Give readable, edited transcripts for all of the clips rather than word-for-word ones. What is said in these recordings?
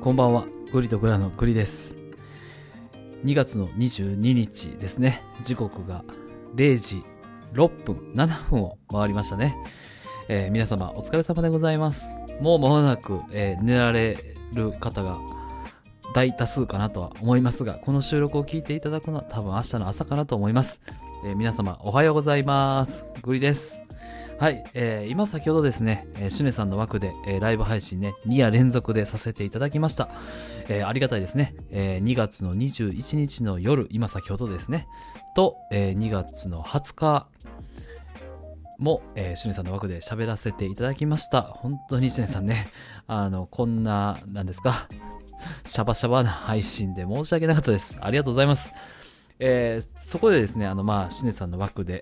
こんばんは、グリとグラのグリです。2月の22日ですね。時刻が0時6分7分を回りましたね。皆様お疲れ様でございます。もう間もなく、寝られる方が大多数かなとは思いますが、この収録を聞いていただくのは多分明日の朝かなと思います。皆様おはようございます。グリです。はい、今先ほどですね、シュネさんの枠で、ライブ配信ね、2夜連続でさせていただきました。ありがたいですね。2月の21日の夜、今先ほどですね、と、2月の20日も、シュネさんの枠で喋らせていただきました。本当にシュネさんね、こんな、なんですか、シャバシャバな配信で申し訳なかったです。ありがとうございます。そこでですね、シュネさんの枠で、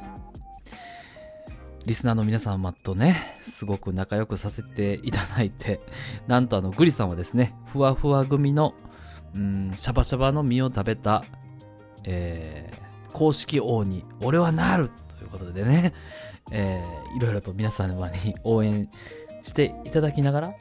リスナーの皆様とね、すごく仲良くさせていただいて、なんとグリさんはですね、ふわふわ組の、シャバシャバの実を食べた、公式王に俺はなるということでね、いろいろと皆様に応援していただきながら、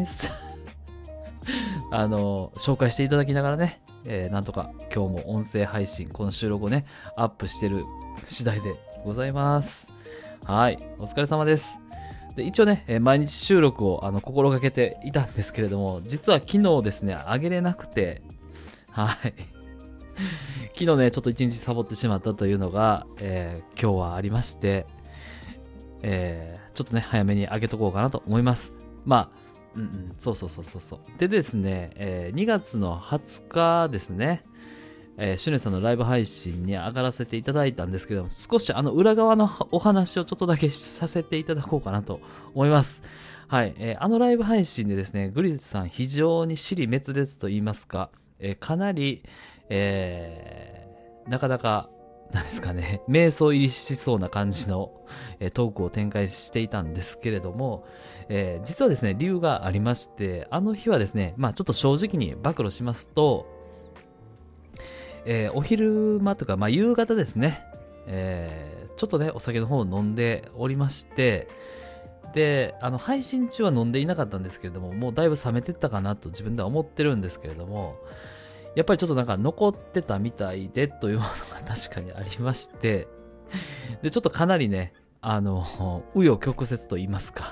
紹介していただきながらね、なんとか今日も音声配信、この収録をね、アップしてる次第でございます。はい、お疲れ様です。で、一応ね、毎日収録を心がけていたんですけれども、実は昨日ですね、上げれなくて、はい。昨日ね、ちょっと一日サボってしまったというのが、今日はありまして、ちょっとね、早めに上げとこうかなと思います。まあ、そう。でですね、2月の20日ですね、シュネさんのライブ配信に上がらせていただいたんですけども、少し裏側のお話をちょっとだけさせていただこうかなと思います。はい。ライブ配信でですね、グリズさん非常に支離滅裂と言いますか、かなり、なかなか、なんですかね、瞑想入りしそうな感じの、トークを展開していたんですけれども、実はですね、理由がありまして、あの日はですね、ちょっと正直に暴露しますと、お昼間とか、夕方ですね、ちょっとね、お酒の方を飲んでおりまして、で、配信中は飲んでいなかったんですけれども、もうだいぶ冷めてったかなと自分では思ってるんですけれども、やっぱりちょっとなんか残ってたみたいでというのが確かにありまして、で、ちょっとかなりね、紆余曲折と言いますか、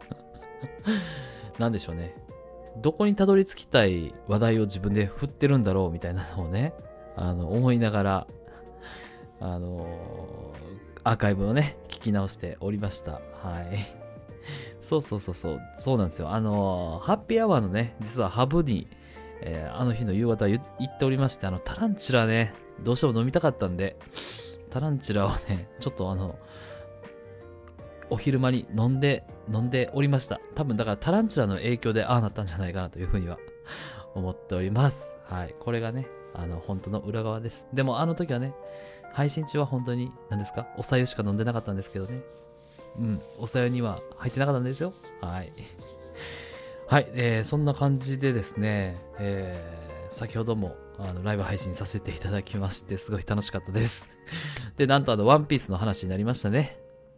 なんでしょうね、どこにたどり着きたい話題を自分で振ってるんだろうみたいなのをね、思いながら、アーカイブをね、聞き直しておりました。はい。そうなんですよ。ハッピーアワーのね、実はハブに、あの日の夕方行っておりまして、タランチュラね、どうしても飲みたかったんで、タランチュラをね、ちょっとお昼間に飲んでおりました。多分だからタランチュラの影響でああなったんじゃないかなというふうには思っております。はい。これがね、本当の裏側です。でもあの時はね、配信中は本当に、何ですか、おさゆしか飲んでなかったんですけどね。おさゆには入ってなかったんですよ。はい。はい、そんな感じでですね、先ほどもライブ配信させていただきまして、すごい楽しかったです。で、なんとワンピースの話になりましたね。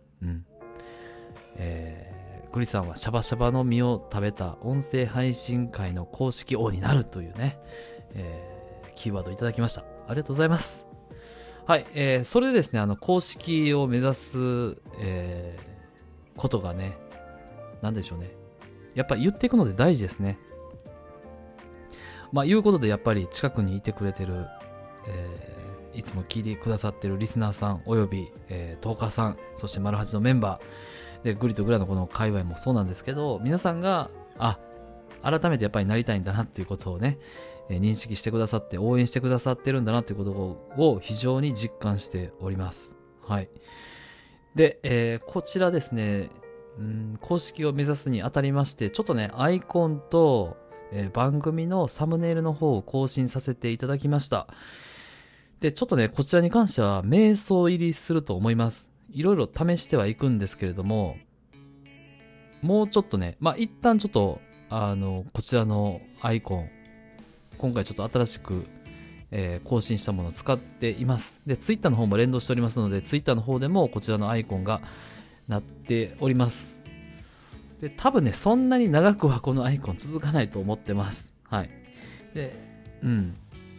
グリさんはシャバシャバの実を食べた音声配信会の公式王になるというね、キーワードいただきました。ありがとうございます。はい、それでですね、公式を目指す、ことがね、なんでしょうね。やっぱり言っていくので大事ですね。いうことでやっぱり近くにいてくれてる、いつも聞いてくださってるリスナーさんおよび、トーカーさん、そして丸八のメンバーで、グリとグラのこの界隈もそうなんですけど、皆さんが改めてやっぱりなりたいんだなっていうことをね、認識してくださって応援してくださってるんだなということを非常に実感しております。はい。で、こちらですね、公式を目指すにあたりまして、ちょっとね、アイコンと、番組のサムネイルの方を更新させていただきました。で、ちょっとね、こちらに関しては瞑想入りすると思います。いろいろ試してはいくんですけれども、もうちょっとね、一旦ちょっと、こちらのアイコン、今回ちょっと新しく、更新したものを使っています。で、ツイッターの方も連動しておりますので、ツイッターの方でもこちらのアイコンがなっております。で、多分ね、そんなに長くはこのアイコン続かないと思ってます。 はい。で、うん。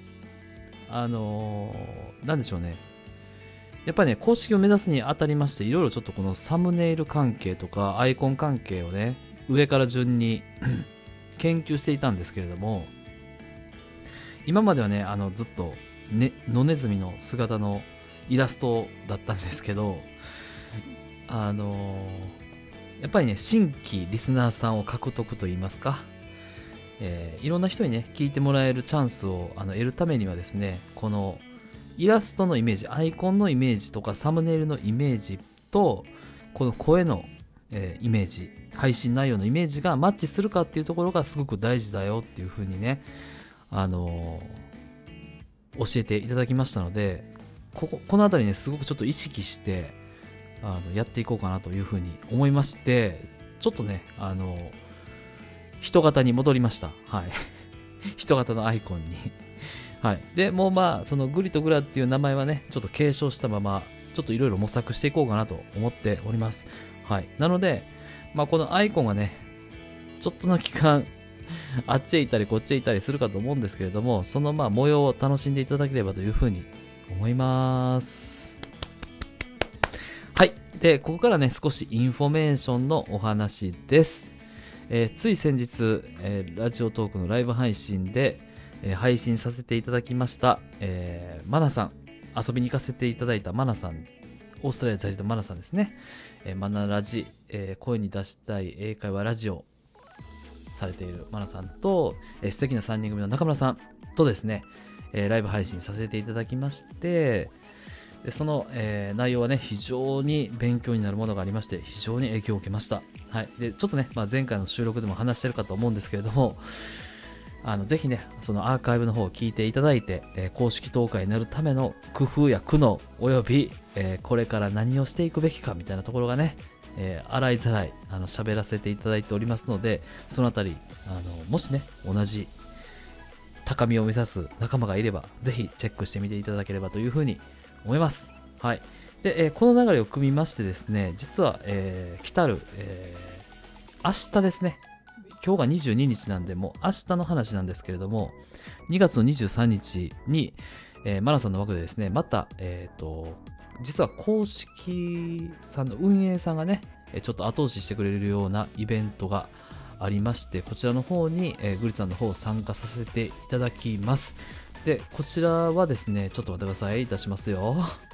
なんでしょうね。やっぱりね、公式を目指すにあたりまして、いろいろちょっとこのサムネイル関係とかアイコン関係をね、上から順に研究していたんですけれども、今まではね、ずっと、ね、野ネズミの姿のイラストだったんですけど、やっぱりね、新規リスナーさんを獲得といいますか、いろんな人にね、聞いてもらえるチャンスを得るためにはですね、このイラストのイメージ、アイコンのイメージとかサムネイルのイメージと、この声の、イメージ、配信内容のイメージがマッチするかっていうところがすごく大事だよっていうふうにね、教えていただきましたので、このあたりね、すごくちょっと意識してやっていこうかなというふうに思いまして、ちょっとね、人型に戻りました。はい。人型のアイコンに。はい。で、もうまあ、そのグリとグラっていう名前はね、ちょっと継承したまま、ちょっといろいろ模索していこうかなと思っております。はい。なので、まあこのアイコンがね、ちょっとの期間、あっちへ行ったりこっちへ行ったりするかと思うんですけれども、そのまあ模様を楽しんでいただければというふうに思います。はい。で、ここからね、少しインフォメーションのお話です。つい先日、ラジオトークのライブ配信で、配信させていただきました、マナさん、遊びに行かせていただいたマナさん、オーストラリア在住のマナさんですね。マナラジ、声に出したい英会話ラジオされているマナさんと、素敵な3人組の中村さんとですね、ライブ配信させていただきまして、でその、内容はね、非常に勉強になるものがありまして、非常に影響を受けました。はい。で、ちょっとね、まあ、前回の収録でも話してるかと思うんですけれども、ぜひね、そのアーカイブの方を聞いていただいて、公式投下になるための工夫や苦悩、および、これから何をしていくべきかみたいなところがね、洗いざらい、喋らせていただいておりますので、そのあたり、もしね、同じ高みを目指す仲間がいれば、ぜひチェックしてみていただければというふうに思います。はい。で、この流れを組みましてですね、実は、来たる、明日ですね、今日が22日なんで、もう明日の話なんですけれども、2月の23日に、マナさんの枠でですね、また、実は公式さんの運営さんがね、ちょっと後押ししてくれるようなイベントがありまして、こちらの方に、グリさんの方を参加させていただきます。で、こちらはですね、ちょっと待ってください。出しますよ。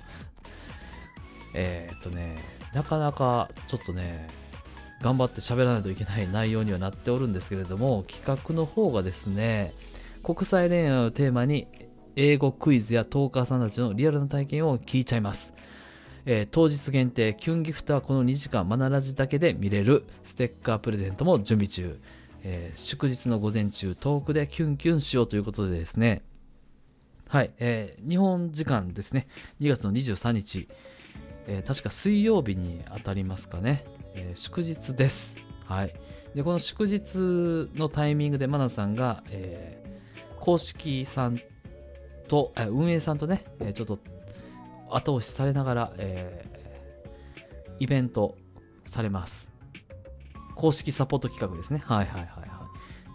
なかなかちょっとね、頑張って喋らないといけない内容にはなっておるんですけれども、企画の方がですね、国際恋愛をテーマに英語クイズやトーカーさんたちのリアルな体験を聞いちゃいます。当日限定キュンギフトはこの2時間マナラジだけで見れるステッカープレゼントも準備中。祝日の午前中トークでキュンキュンしようということでですね、はい、日本時間ですね、2月の23日、確か水曜日に当たりますかね、祝日です。はい。で、この祝日のタイミングでマナさんが、公式さんと、運営さんとね、ちょっと後押しされながら、イベントされます。公式サポート企画ですね。はいはいはいはい。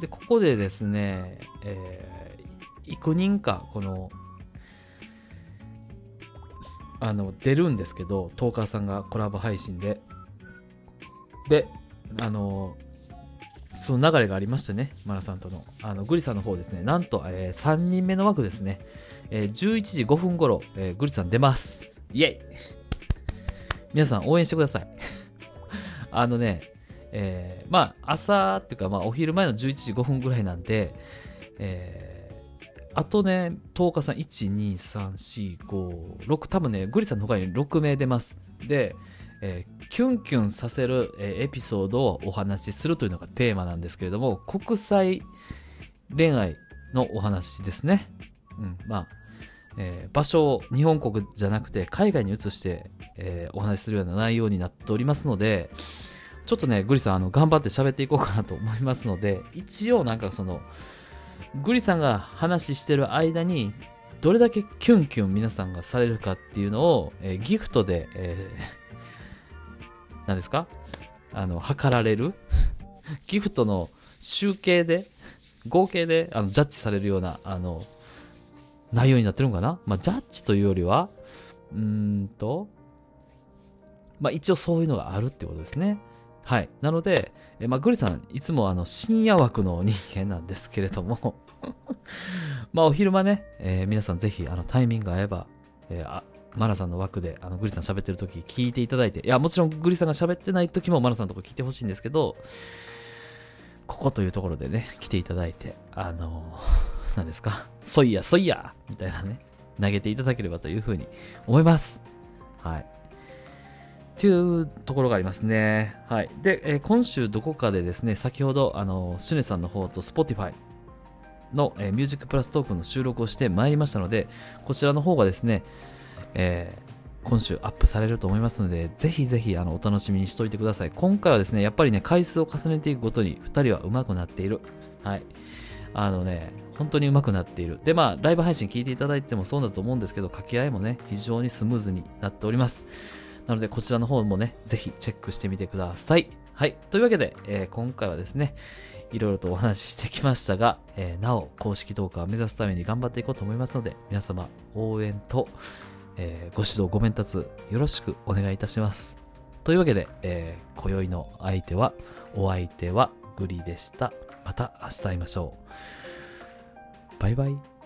で、ここでですね、幾人か、この、出るんですけど、トーカーさんがコラボ配信で。で、その流れがありましてね、マナさんとの。グリさんの方ですね、なんと、3人目の枠ですね、11時5分頃、グリさん出ます。イェイ皆さん応援してください。まあ、朝っていうか、まあ、お昼前の11時5分ぐらいなんで、あとね、10日さん、1、2、3、4、5、6、多分ね、グリさんの他に6名出ます。で、キュンキュンさせる、エピソードをお話しするというのがテーマなんですけれども、国際恋愛のお話ですね。うん、まあ、場所を日本国じゃなくて海外に移して、お話しするような内容になっておりますので、ちょっとね、グリさん頑張って喋っていこうかなと思いますので、一応なんかその、グリさんが話してる間に、どれだけキュンキュン皆さんがされるかっていうのを、ギフトで、何ですか？測られるギフトの集計で合計でジャッジされるような内容になってるのかな。ジャッジというよりは一応そういうのがあるってことですね。はい。なので、グリさん、いつも深夜枠の人間なんですけれども、お昼間ね、皆さんぜひ、タイミング合えば、マナさんの枠で、グリさん喋ってる時聞いていただいて、いや、もちろんグリさんが喋ってない時もマナさんのとこ聞いてほしいんですけど、ここというところでね、来ていただいて、何ですか、そいや、そいやみたいなね、投げていただければというふうに思います。はい。っていうところがありますね。はい。で、今週どこかでですね、先ほど、シュネさんの方と Spotify の、ミュージックプラストークの収録をしてまいりましたので、こちらの方がですね、今週アップされると思いますので、ぜひぜひお楽しみにしておいてください。今回はですね、やっぱりね、回数を重ねていくごとに2人は上手くなっている。はい。本当に上手くなっている。で、ライブ配信聞いていただいてもそうだと思うんですけど、掛け合いもね、非常にスムーズになっております。なので、こちらの方もね、ぜひチェックしてみてください。はい。というわけで、今回はですね、いろいろとお話ししてきましたが、なお、公式動画を目指すために頑張っていこうと思いますので、皆様、応援と、ご指導、ご鞭達、よろしくお願いいたします。というわけで、今宵のお相手はグリでした。また明日会いましょう。バイバイ。